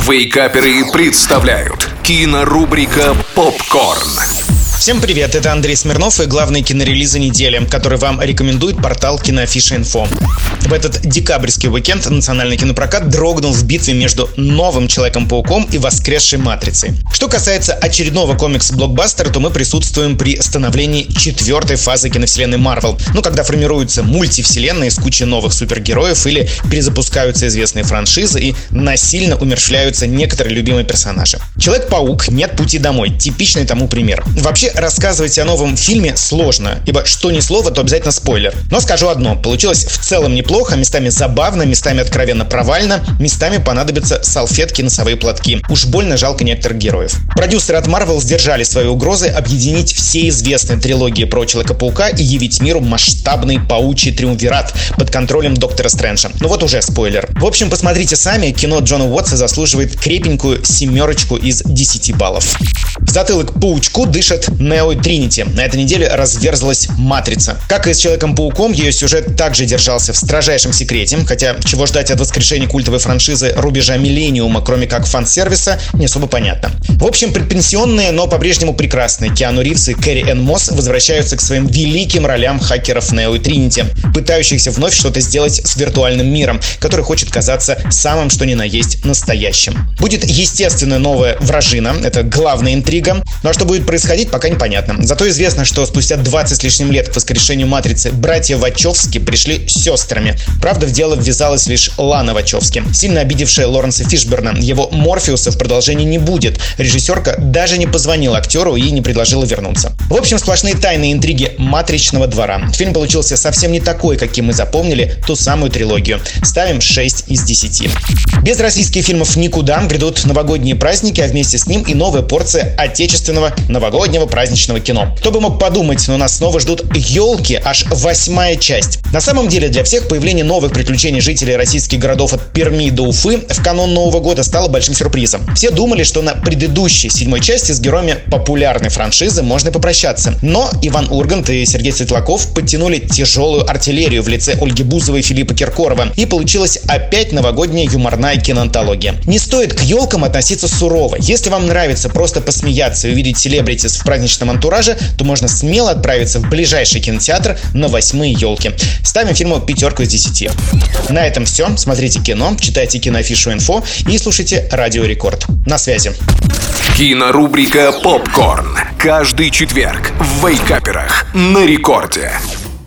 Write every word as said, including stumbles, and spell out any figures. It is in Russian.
Вейкаперы представляют кинорубрика «Попкорн». Всем привет, это Андрей Смирнов и главные кинорелизы недели, которые вам рекомендует портал Киноафиша.инфо. В этот декабрьский уикенд национальный кинопрокат дрогнул в битве между новым Человеком-пауком и воскресшей Матрицей. Что касается очередного комикс-блокбастера, то мы присутствуем при становлении четвертой фазы киновселенной Марвел. Ну, когда формируются мультивселенные с кучей новых супергероев или перезапускаются известные франшизы и насильно умерщвляются некоторые любимые персонажи. Человек-паук «Нет пути домой» — типичный тому пример. Вообще, рассказывать о новом фильме сложно, ибо что ни слово, то обязательно спойлер. Но скажу одно, получилось в целом неплохо, местами забавно, местами откровенно провально, местами понадобятся салфетки, носовые платки. Уж больно жалко некоторых героев. Продюсеры от Marvel сдержали свои угрозы объединить все известные трилогии про Человека-паука и явить миру масштабный паучий триумвират под контролем Доктора Стрэнджа. Ну вот уже спойлер. В общем, посмотрите сами, кино Джона Уотса заслуживает крепенькую семерочку из десяти баллов. В затылок паучку дышат Нео и Тринити. На этой неделе разверзлась Матрица. Как и с Человеком-пауком, ее сюжет также держался в строжайшем секрете, хотя чего ждать от воскрешения культовой франшизы рубежа миллениума, кроме как фан-сервиса, не особо понятно. В общем, предпенсионные, но по-прежнему прекрасные Киану Ривз и Кэрри Энн Мосс возвращаются к своим великим ролям хакеров Нео и Тринити, пытающихся вновь что-то сделать с виртуальным миром, который хочет казаться самым что ни на есть настоящим. Будет естественная новая вражина, это главная интрига, ну а что будет происходить, пока непонятно. Зато известно, что спустя двадцать с лишним лет к воскрешению Матрицы братья Вачовски пришли сестрами. Правда, в дело ввязалась лишь Лана Вачовски, сильно обидевшая Лоренса Фишберна. Его Морфеуса в продолжении не будет. Режиссерка даже не позвонила актеру и не предложила вернуться. В общем, сплошные тайные интриги матричного двора. Фильм получился совсем не такой, каким мы запомнили ту самую трилогию. Ставим шесть из десяти. Без российских фильмов никуда. Грядут новогодние праздники, а вместе с ним и новая порция отечественного новогоднего праздничного кино. Кто бы мог подумать, но нас снова ждут елки, аж восьмая часть. На самом деле, для всех появление новых приключений жителей российских городов от Перми до Уфы в канун Нового года стало большим сюрпризом. Все думали, что на предыдущей седьмой части с героями популярной франшизы можно попрощаться. Но Иван Ургант и Сергей Светлаков подтянули тяжелую артиллерию в лице Ольги Бузовой и Филиппа Киркорова, и получилась опять новогодняя юморная киноантология. Не стоит к елкам относиться сурово. Если вам нравится просто посмеяться и увидеть селебритис в праздничном антураже, то можно смело отправиться в ближайший кинотеатр на восьмые елки. Ставим фильму пятерку из десяти. На этом все. Смотрите кино, читайте Киноафишу.инфо и слушайте Радио Рекорд. На связи. Кинорубрика «Попкорн». Каждый четверг в Вейкаперах на Рекорде.